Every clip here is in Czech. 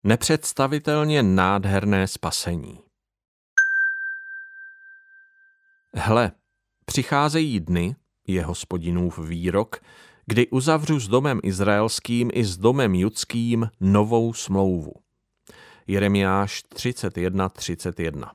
Nepředstavitelně nádherné spasení. Hle, přicházejí dny, je Hospodinův výrok, kdy uzavřu s domem izraelským i s domem judským novou smlouvu. Jeremiáš 31:31.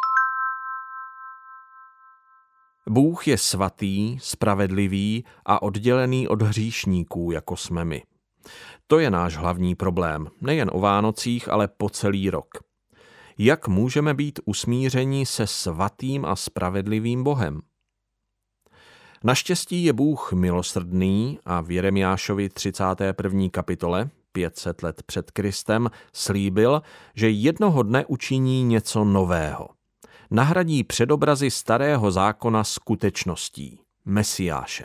Bůh je svatý, spravedlivý a oddělený od hříšníků, jako jsme my. To je náš hlavní problém, nejen o Vánocích, ale po celý rok. Jak můžeme být usmířeni se svatým a spravedlivým Bohem? Naštěstí je Bůh milosrdný a v Jeremiášovi 31. kapitole, 500 let před Kristem, slíbil, že jednoho dne učiní něco nového. Nahradí předobrazy starého zákona skutečností, Mesiášem.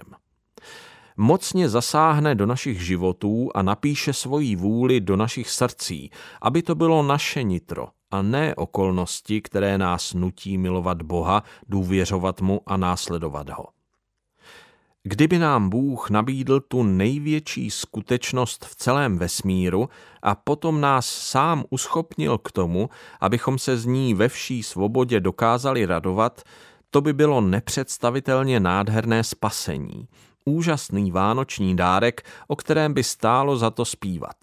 Mocně zasáhne do našich životů a napíše svoji vůli do našich srdcí, aby to bylo naše nitro a ne okolnosti, které nás nutí milovat Boha, důvěřovat mu a následovat ho. Kdyby nám Bůh nabídl tu největší skutečnost v celém vesmíru a potom nás sám uschopnil k tomu, abychom se z ní ve vší svobodě dokázali radovat, to by bylo nepředstavitelně nádherné spasení, úžasný vánoční dárek, o kterém by stálo za to zpívat.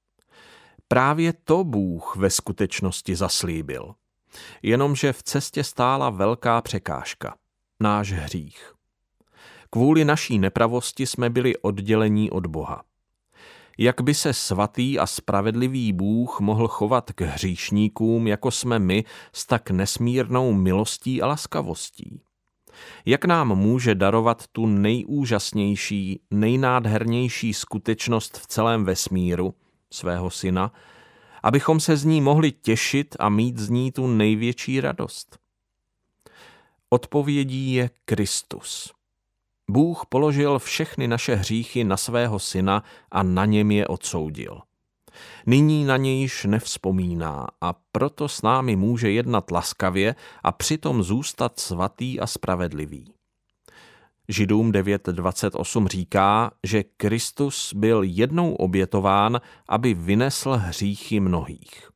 Právě to Bůh ve skutečnosti zaslíbil. Jenomže v cestě stála velká překážka, náš hřích. Kvůli naší nepravosti jsme byli oddělení od Boha. Jak by se svatý a spravedlivý Bůh mohl chovat k hříšníkům, jako jsme my, s tak nesmírnou milostí a laskavostí? Jak nám může darovat tu nejúžasnější, nejnádhernější skutečnost v celém vesmíru, svého syna, abychom se z ní mohli těšit a mít z ní tu největší radost? Odpovědí je Kristus. Bůh položil všechny naše hříchy na svého syna a na něm je odsoudil. Nyní na něj již nevzpomíná a proto s námi může jednat laskavě a přitom zůstat svatý a spravedlivý. Židům 9:28 říká, že Kristus byl jednou obětován, aby vynesl hříchy mnohých.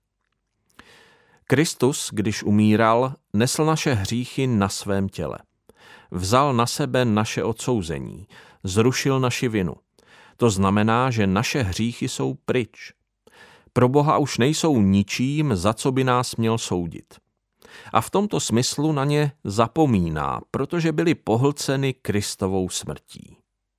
Kristus, když umíral, nesl naše hříchy na svém těle. Vzal na sebe naše odsouzení, zrušil naši vinu. To znamená, že naše hříchy jsou pryč. Pro Boha už nejsou ničím, za co by nás měl soudit. A v tomto smyslu na ně zapomíná, protože byly pohlceny Kristovou smrtí.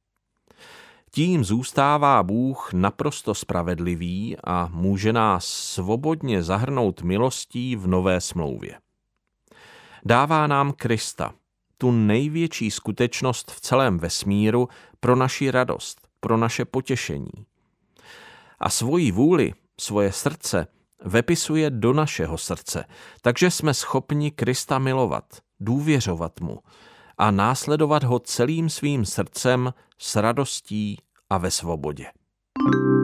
Tím zůstává Bůh naprosto spravedlivý a může nás svobodně zahrnout milostí v nové smlouvě. Dává nám Krista, tu největší skutečnost v celém vesmíru, pro naši radost, pro naše potěšení. A svoji vůli, svoje srdce vepisuje do našeho srdce, takže jsme schopni Krista milovat, důvěřovat mu a následovat ho celým svým srdcem s radostí a ve svobodě.